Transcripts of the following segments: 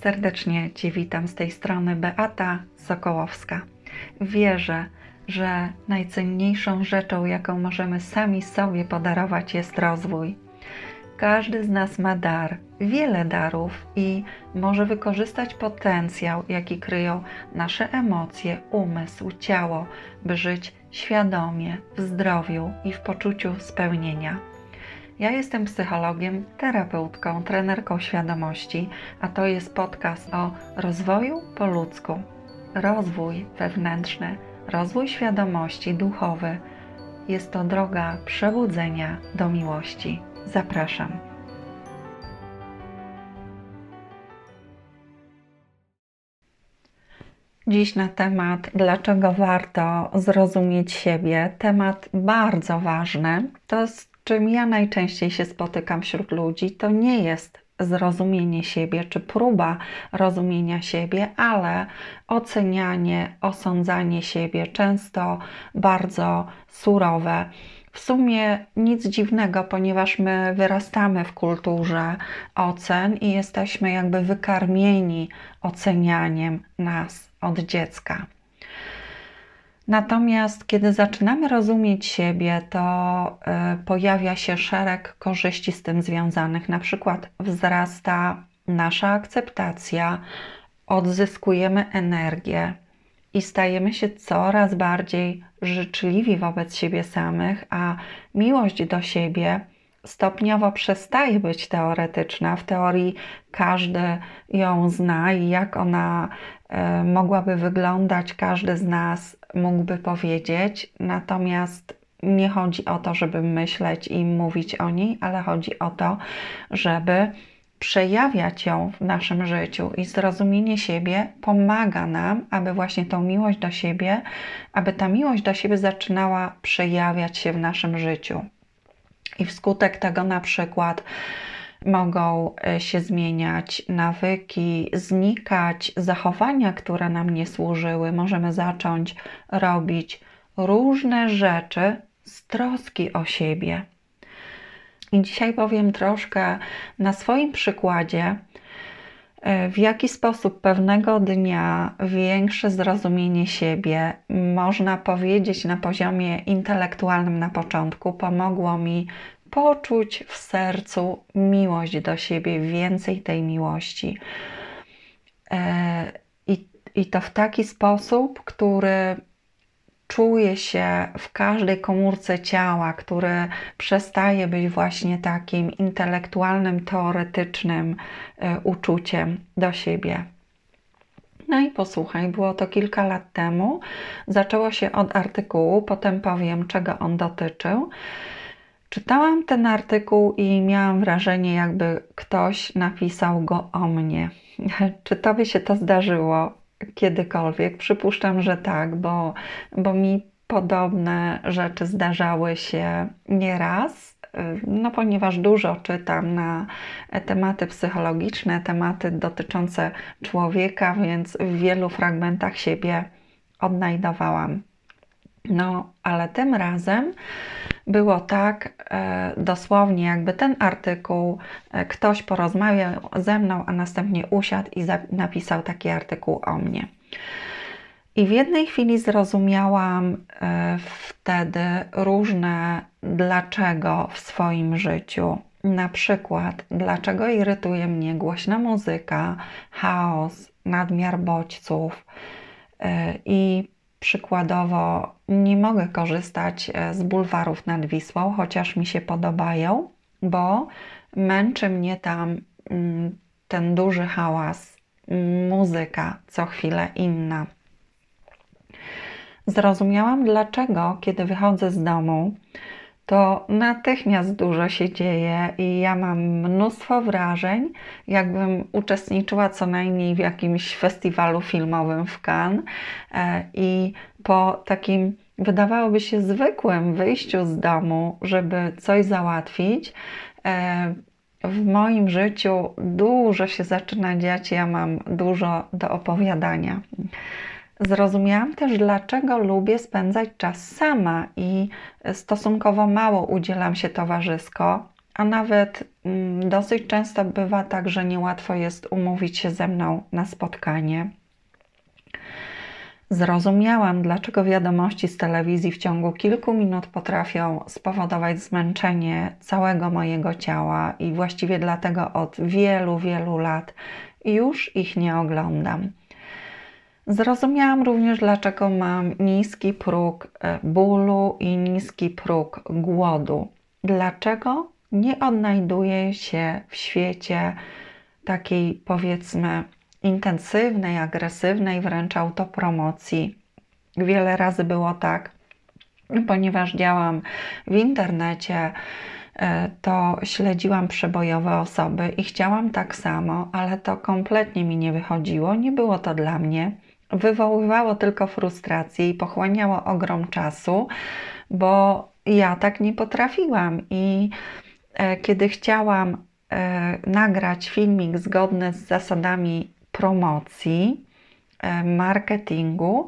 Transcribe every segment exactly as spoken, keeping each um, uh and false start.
Serdecznie Cię witam z tej strony Beata Sokołowska. Wierzę, że najcenniejszą rzeczą, jaką możemy sami sobie podarować, jest rozwój. Każdy z nas ma dar, wiele darów i może wykorzystać potencjał, jaki kryją nasze emocje, umysł, ciało, by żyć świadomie, w zdrowiu i w poczuciu spełnienia. Ja jestem psychologiem, terapeutką, trenerką świadomości, a to jest podcast o rozwoju po ludzku. Rozwój wewnętrzny, rozwój świadomości, duchowy. Jest to droga przebudzenia do miłości. Zapraszam. Dziś na temat, dlaczego warto zrozumieć siebie. Temat bardzo ważny. To, z czym ja najczęściej się spotykam wśród ludzi, to nie jest zrozumienie siebie, czy próba rozumienia siebie, ale ocenianie, osądzanie siebie, często bardzo surowe. W sumie nic dziwnego, ponieważ my wyrastamy w kulturze ocen i jesteśmy jakby wykarmieni ocenianiem nas od dziecka. Natomiast kiedy zaczynamy rozumieć siebie, to y, pojawia się szereg korzyści z tym związanych. Na przykład wzrasta nasza akceptacja, odzyskujemy energię i stajemy się coraz bardziej życzliwi wobec siebie samych, a miłość do siebie stopniowo przestaje być teoretyczna. W teorii każdy ją zna i jak ona y, mogłaby wyglądać, każdy z nas mógłby powiedzieć. Natomiast nie chodzi o to, żeby myśleć i mówić o niej, ale chodzi o to, żeby przejawiać ją w naszym życiu i zrozumienie siebie pomaga nam, aby właśnie tą miłość do siebie, aby ta miłość do siebie zaczynała przejawiać się w naszym życiu. I wskutek tego na przykład mogą się zmieniać nawyki, znikać zachowania, które nam nie służyły. Możemy zacząć robić różne rzeczy z troski o siebie. I dzisiaj powiem troszkę na swoim przykładzie, w jaki sposób pewnego dnia większe zrozumienie siebie, można powiedzieć na poziomie intelektualnym na początku, pomogło mi poczuć w sercu miłość do siebie, więcej tej miłości. I, i to w taki sposób, który czuje się w każdej komórce ciała, który przestaje być właśnie takim intelektualnym, teoretycznym uczuciem do siebie. No i posłuchaj, było to kilka lat temu. Zaczęło się od artykułu, potem powiem, czego on dotyczył. Czytałam ten artykuł i miałam wrażenie, jakby ktoś napisał go o mnie. Czy tobie się to zdarzyło kiedykolwiek? Przypuszczam, że tak, bo, bo mi podobne rzeczy zdarzały się nieraz, no ponieważ dużo czytam na tematy psychologiczne, tematy dotyczące człowieka, więc w wielu fragmentach siebie odnajdowałam. No, ale tym razem było tak, e, dosłownie jakby ten artykuł, e, ktoś porozmawiał ze mną, a następnie usiadł i za, napisał taki artykuł o mnie. I w jednej chwili zrozumiałam e, wtedy różne dlaczego w swoim życiu. Na przykład, dlaczego irytuje mnie głośna muzyka, chaos, nadmiar bodźców e, i przykładowo nie mogę korzystać z bulwarów nad Wisłą, chociaż mi się podobają, bo męczy mnie tam ten duży hałas, muzyka co chwilę inna. Zrozumiałam, dlaczego, kiedy wychodzę z domu, to natychmiast dużo się dzieje i ja mam mnóstwo wrażeń, jakbym uczestniczyła co najmniej w jakimś festiwalu filmowym w Cannes i po takim, wydawałoby się, zwykłym wyjściu z domu, żeby coś załatwić, w moim życiu dużo się zaczyna dziać, ja mam dużo do opowiadania. Zrozumiałam też, dlaczego lubię spędzać czas sama i stosunkowo mało udzielam się towarzysko, a nawet mm, dosyć często bywa tak, że niełatwo jest umówić się ze mną na spotkanie. Zrozumiałam, dlaczego wiadomości z telewizji w ciągu kilku minut potrafią spowodować zmęczenie całego mojego ciała i właściwie dlatego od wielu, wielu lat już ich nie oglądam. Zrozumiałam również, dlaczego mam niski próg bólu i niski próg głodu. Dlaczego nie odnajduję się w świecie takiej, powiedzmy, intensywnej, agresywnej wręcz autopromocji. Wiele razy było tak, ponieważ działam w internecie, to śledziłam przebojowe osoby i chciałam tak samo, ale to kompletnie mi nie wychodziło, nie było to dla mnie. Wywoływało tylko frustrację i pochłaniało ogrom czasu, bo ja tak nie potrafiłam i kiedy chciałam nagrać filmik zgodny z zasadami promocji, marketingu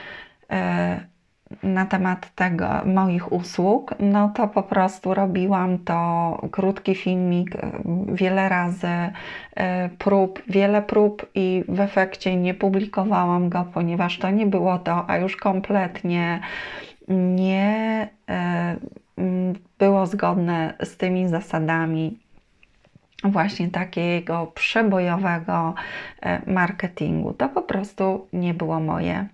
na temat tego, moich usług, no to po prostu robiłam to, krótki filmik, wiele razy prób, wiele prób i w efekcie nie publikowałam go, ponieważ to nie było to, a już kompletnie nie było zgodne z tymi zasadami właśnie takiego przebojowego marketingu. To po prostu nie było moje.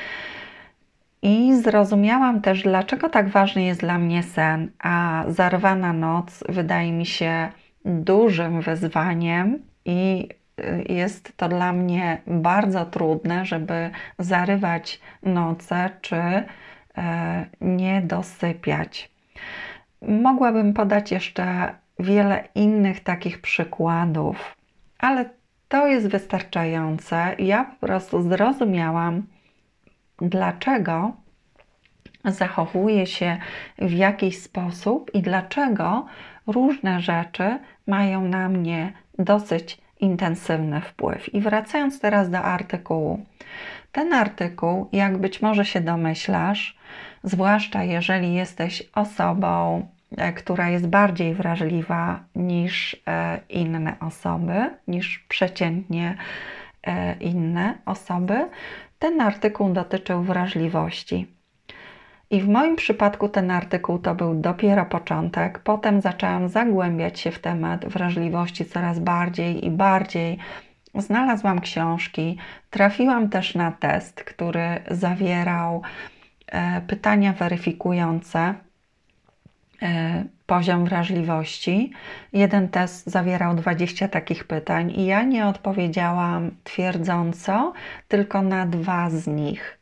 I zrozumiałam też, dlaczego tak ważny jest dla mnie sen, a zarwana noc wydaje mi się dużym wyzwaniem i jest to dla mnie bardzo trudne, żeby zarywać noce czy nie dosypiać. Mogłabym podać jeszcze wiele innych takich przykładów, ale to jest wystarczające. Ja po prostu zrozumiałam, dlaczego zachowuję się w jakiś sposób i dlaczego różne rzeczy mają na mnie dosyć intensywny wpływ. I wracając teraz do artykułu. Ten artykuł, jak być może się domyślasz, zwłaszcza jeżeli jesteś osobą, która jest bardziej wrażliwa niż inne osoby, niż przeciętnie inne osoby, ten artykuł dotyczył wrażliwości. I w moim przypadku ten artykuł to był dopiero początek. Potem zaczęłam zagłębiać się w temat wrażliwości coraz bardziej i bardziej. Znalazłam książki, trafiłam też na test, który zawierał pytania weryfikujące poziom wrażliwości. Jeden test zawierał dwadzieścia takich pytań i ja nie odpowiedziałam twierdząco, tylko na dwa z nich.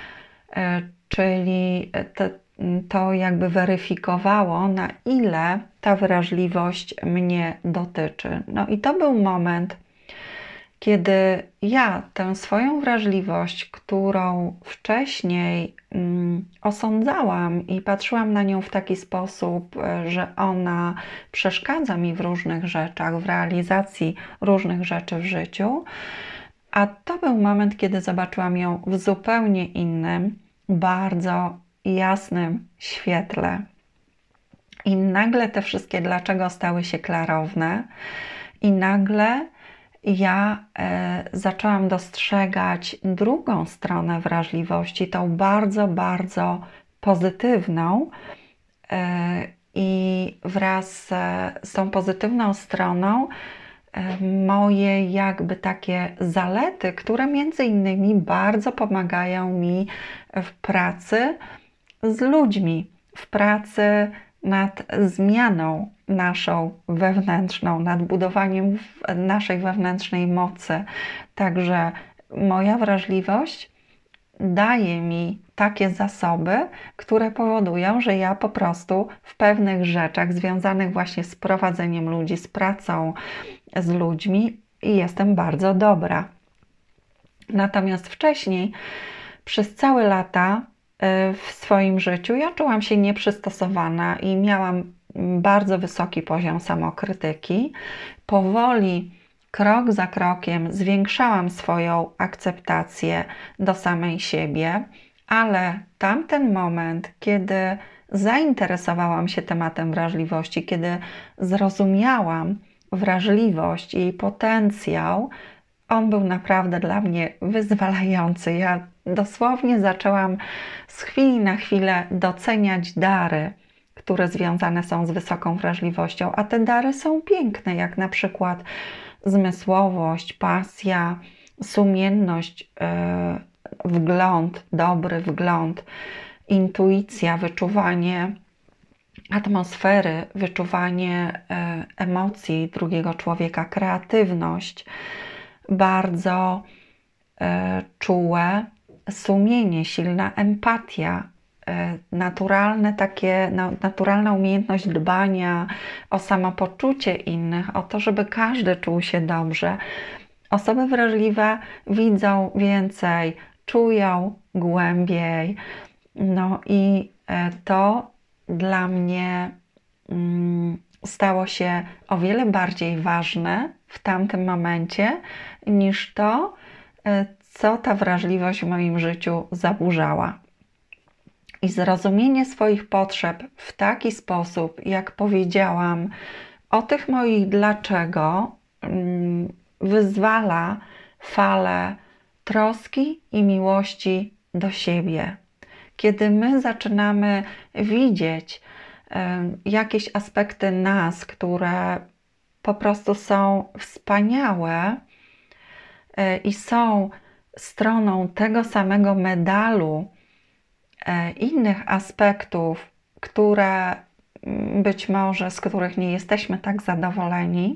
Czyli to, to jakby weryfikowało, na ile ta wrażliwość mnie dotyczy. No i to był moment, kiedy ja tę swoją wrażliwość, którą wcześniej mm, osądzałam i patrzyłam na nią w taki sposób, że ona przeszkadza mi w różnych rzeczach, w realizacji różnych rzeczy w życiu, a to był moment, kiedy zobaczyłam ją w zupełnie innym, bardzo jasnym świetle. I nagle te wszystkie dlaczego stały się klarowne i nagle ja e, zaczęłam dostrzegać drugą stronę wrażliwości, tą bardzo, bardzo pozytywną e, i wraz e, z tą pozytywną stroną e, moje jakby takie zalety, które między innymi bardzo pomagają mi w pracy z ludźmi, w pracy nad zmianą naszą wewnętrzną, nad budowaniem naszej wewnętrznej mocy. Także moja wrażliwość daje mi takie zasoby, które powodują, że ja po prostu w pewnych rzeczach związanych właśnie z prowadzeniem ludzi, z pracą z ludźmi jestem bardzo dobra. Natomiast wcześniej, przez całe lata w swoim życiu, ja czułam się nieprzystosowana i miałam bardzo wysoki poziom samokrytyki. Powoli, krok za krokiem zwiększałam swoją akceptację do samej siebie, ale tamten moment, kiedy zainteresowałam się tematem wrażliwości, kiedy zrozumiałam wrażliwość i jej potencjał, on był naprawdę dla mnie wyzwalający. Ja dosłownie zaczęłam z chwili na chwilę doceniać dary, które związane są z wysoką wrażliwością, a te dary są piękne, jak na przykład zmysłowość, pasja, sumienność, yy, wgląd, dobry wgląd, intuicja, wyczuwanie atmosfery, wyczuwanie yy, emocji drugiego człowieka, kreatywność, bardzo yy, czułe sumienie, silna empatia, naturalne takie, no, naturalna umiejętność dbania o samopoczucie innych, o to, żeby każdy czuł się dobrze. Osoby wrażliwe widzą więcej, czują głębiej. No i to dla mnie mm, stało się o wiele bardziej ważne w tamtym momencie niż to, co ta wrażliwość w moim życiu zaburzała. I zrozumienie swoich potrzeb w taki sposób, jak powiedziałam, o tych moich dlaczego, wyzwala falę troski i miłości do siebie. Kiedy my zaczynamy widzieć jakieś aspekty nas, które po prostu są wspaniałe i są stroną tego samego medalu, innych aspektów, które być może z których nie jesteśmy tak zadowoleni,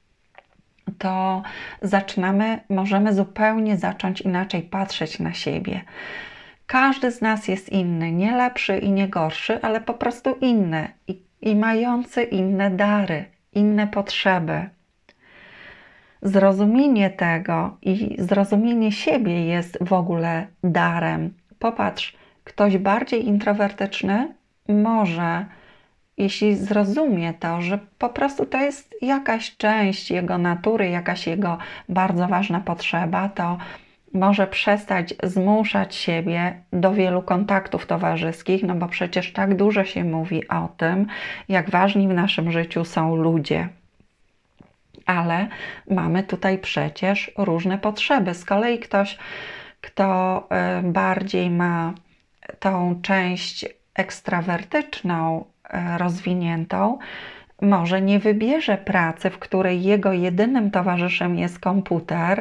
to zaczynamy, możemy zupełnie zacząć inaczej patrzeć na siebie. Każdy z nas jest inny, nie lepszy i nie gorszy, ale po prostu inny i, i mający inne dary, inne potrzeby. Zrozumienie tego i zrozumienie siebie jest w ogóle darem. Popatrz, ktoś bardziej introwertyczny może, jeśli zrozumie to, że po prostu to jest jakaś część jego natury, jakaś jego bardzo ważna potrzeba, to może przestać zmuszać siebie do wielu kontaktów towarzyskich, no bo przecież tak dużo się mówi o tym, jak ważni w naszym życiu są ludzie. Ale mamy tutaj przecież różne potrzeby. Z kolei ktoś, kto bardziej ma tą część ekstrawertyczną rozwiniętą, może nie wybierze pracy, w której jego jedynym towarzyszem jest komputer,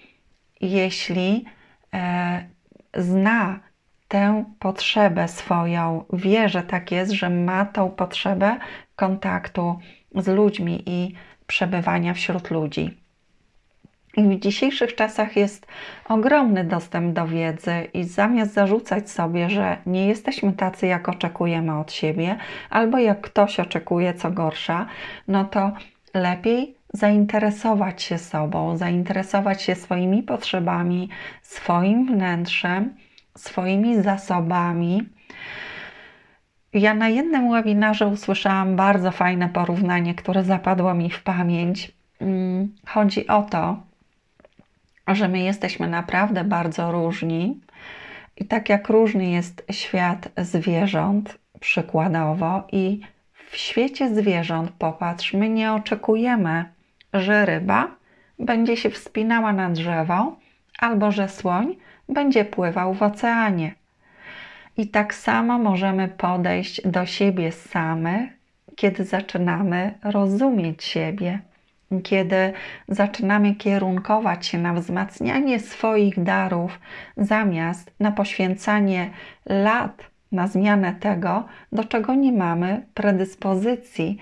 jeśli e, zna tę potrzebę swoją, wie, że tak jest, że ma tą potrzebę kontaktu z ludźmi i przebywania wśród ludzi. I w dzisiejszych czasach jest ogromny dostęp do wiedzy i zamiast zarzucać sobie, że nie jesteśmy tacy, jak oczekujemy od siebie, albo jak ktoś oczekuje, co gorsza, no to lepiej zainteresować się sobą, zainteresować się swoimi potrzebami, swoim wnętrzem, swoimi zasobami. Ja na jednym webinarze usłyszałam bardzo fajne porównanie, które zapadło mi w pamięć. Chodzi o to, że my jesteśmy naprawdę bardzo różni i tak jak różny jest świat zwierząt, przykładowo, i w świecie zwierząt, popatrz, my nie oczekujemy, że ryba będzie się wspinała na drzewo albo że słoń będzie pływał w oceanie. I tak samo możemy podejść do siebie samych, kiedy zaczynamy rozumieć siebie. Kiedy zaczynamy kierunkować się na wzmacnianie swoich darów, zamiast na poświęcanie lat na zmianę tego, do czego nie mamy predyspozycji.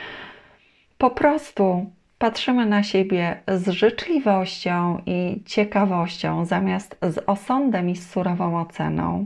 Po prostu patrzymy na siebie z życzliwością i ciekawością, zamiast z osądem i z surową oceną.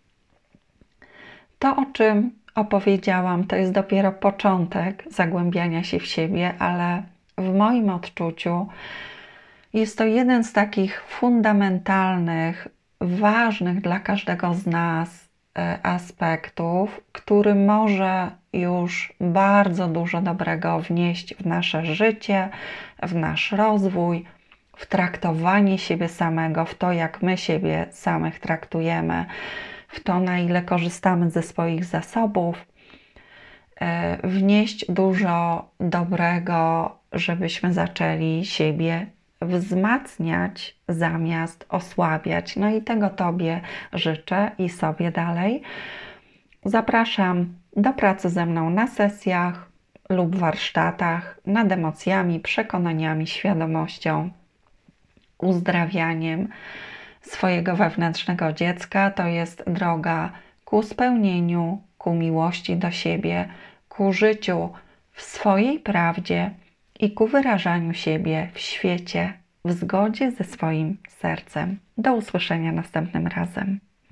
To, o czym opowiedziałam, to jest dopiero początek zagłębiania się w siebie, ale w moim odczuciu jest to jeden z takich fundamentalnych, ważnych dla każdego z nas aspektów, który może już bardzo dużo dobrego wnieść w nasze życie, w nasz rozwój, w traktowanie siebie samego, w to, jak my siebie samych traktujemy. w to, na ile korzystamy ze swoich zasobów, wnieść dużo dobrego, żebyśmy zaczęli siebie wzmacniać zamiast osłabiać. No i tego Tobie życzę i sobie dalej. Zapraszam do pracy ze mną na sesjach lub warsztatach nad emocjami, przekonaniami, świadomością, uzdrawianiem swojego wewnętrznego dziecka. To jest droga ku spełnieniu, ku miłości do siebie, ku życiu w swojej prawdzie i ku wyrażaniu siebie w świecie w zgodzie ze swoim sercem. Do usłyszenia następnym razem.